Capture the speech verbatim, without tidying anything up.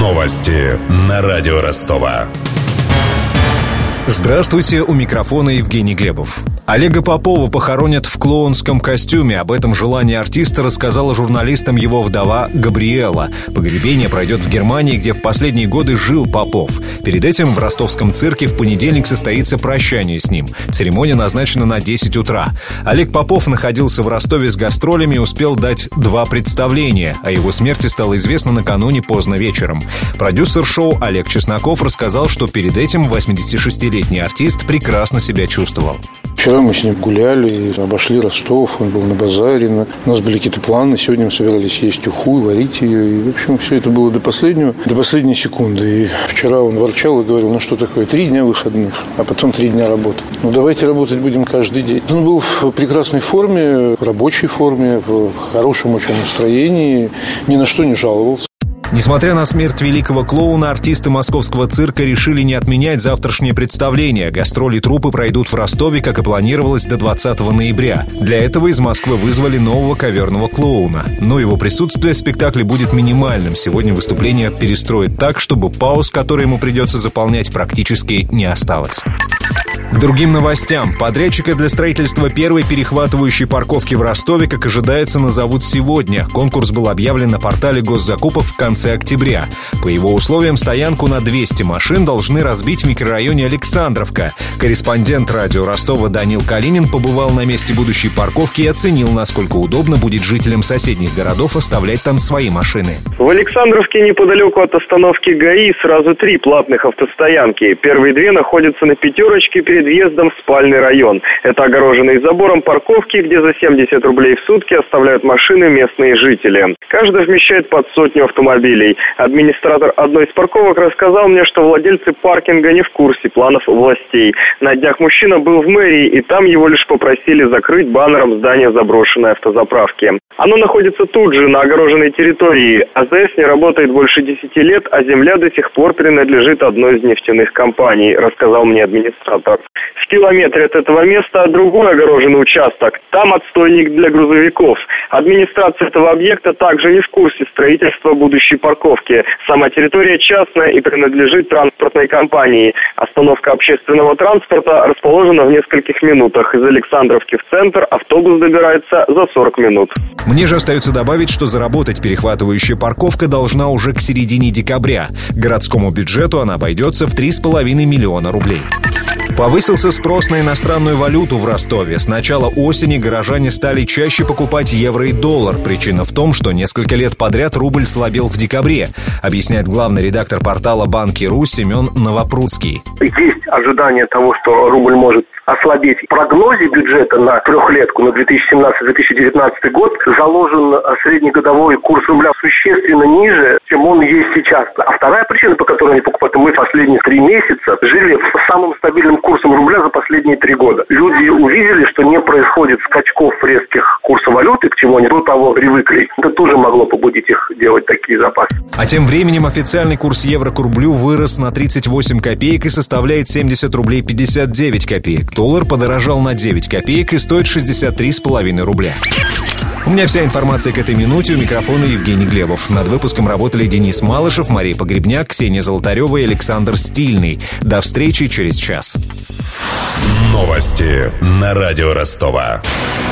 Новости на радио Ростова. Здравствуйте, у микрофона Евгений Глебов. Олега Попова похоронят в клоунском костюме. Об этом желании артиста рассказала журналистам его вдова Габриэла. Погребение пройдет в Германии, где в последние годы жил Попов. Перед этим в ростовском цирке в понедельник состоится прощание с ним. Церемония назначена на десять утра. Олег Попов находился в Ростове с гастролями и успел дать два представления. О его смерти стало известно накануне поздно вечером. Продюсер шоу Олег Чесноков рассказал, что перед этим восьмидесятишестилетний артист прекрасно себя чувствовал. Вчера мы с ним гуляли, обошли Ростов, он был на базаре. У нас были какие-то планы. Сегодня мы собирались есть уху, варить ее. И, в общем, все это было до последнего, до последней секунды. И вчера он ворчал и говорил, ну что такое, три дня выходных, а потом три дня работы. Ну давайте работать будем каждый день. Он был в прекрасной форме, в рабочей форме, в хорошем очень настроении, ни на что не жаловался. Несмотря на смерть великого клоуна, артисты московского цирка решили не отменять завтрашнее представление. Гастроли труппы пройдут в Ростове, как и планировалось, до двадцатого ноября. Для этого из Москвы вызвали нового коверного клоуна. Но его присутствие в спектакле будет минимальным. Сегодня выступление перестроят так, чтобы пауз, которые ему придется заполнять, практически не осталось. К другим новостям. Подрядчика для строительства первой перехватывающей парковки в Ростове, как ожидается, назовут сегодня. Конкурс был объявлен на портале госзакупок в конце октября. По его условиям, стоянку на двести машин должны разбить в микрорайоне Александровка. Корреспондент радио Ростова Данил Калинин побывал на месте будущей парковки и оценил, насколько удобно будет жителям соседних городов оставлять там свои машины. В Александровке неподалеку от остановки ГАИ сразу три платных автостоянки. Первые две находятся на Пятерочке перед въездом в спальный район. Это огороженные забором парковки, где за семьдесят рублей в сутки оставляют машины местные жители. Каждая вмещает под сотню автомобилей. Администратор одной из парковок рассказал мне, что владельцы паркинга не в курсе планов властей. На днях мужчина был в мэрии, и там его лишь попросили закрыть баннером здание заброшенной автозаправки. Оно находится тут же, на огороженной территории. АЗС не работает больше десяти лет, а земля до сих пор принадлежит одной из нефтяных компаний, рассказал мне администратор. В километре от этого места другой огороженный участок. Там отстойник для грузовиков. Администрация этого объекта также не в курсе строительства будущей парковки. Сама территория частная и принадлежит транспортной компании. Остановка общественного транспорта расположена в нескольких минутах. Из Александровки в центр автобус добирается за сорок минут. Мне же остается добавить, что заработать перехватывающая парковка должна уже к середине декабря. Городскому бюджету она обойдется в три с половиной миллиона рублей. Повысился спрос на иностранную валюту в Ростове. С начала осени горожане стали чаще покупать евро и доллар. Причина в том, что несколько лет подряд рубль слабел в декабре, объясняет главный редактор портала «Банки.ру» Семен Новопрудский. Есть ожидание того, что рубль может ослабеть. В прогнозе бюджета на трехлетку, на две тысячи семнадцатый — две тысячи девятнадцатый год, заложен среднегодовой курс рубля существенно ниже, чем он есть сейчас. А вторая причина, по которой они покупают, мы последние три месяца жили с самым стабильным курсом рубля за последние три года. Люди увидели, что не происходит скачков резких курсов валюты, к чему они до того привыкли. Это тоже могло побудить их делать такие запасы. А тем временем официальный курс евро к рублю вырос на тридцать восемь копеек и составляет семьдесят рублей пятьдесят девять копеек. Доллар подорожал на девять копеек и стоит шестьдесят три с половиной рубля. У меня вся информация к этой минуте. У микрофона Евгений Глебов. Над выпуском работали Денис Малышев, Мария Погребняк, Ксения Золотарева и Александр Стильный. До встречи через час. Новости на радио Ростова.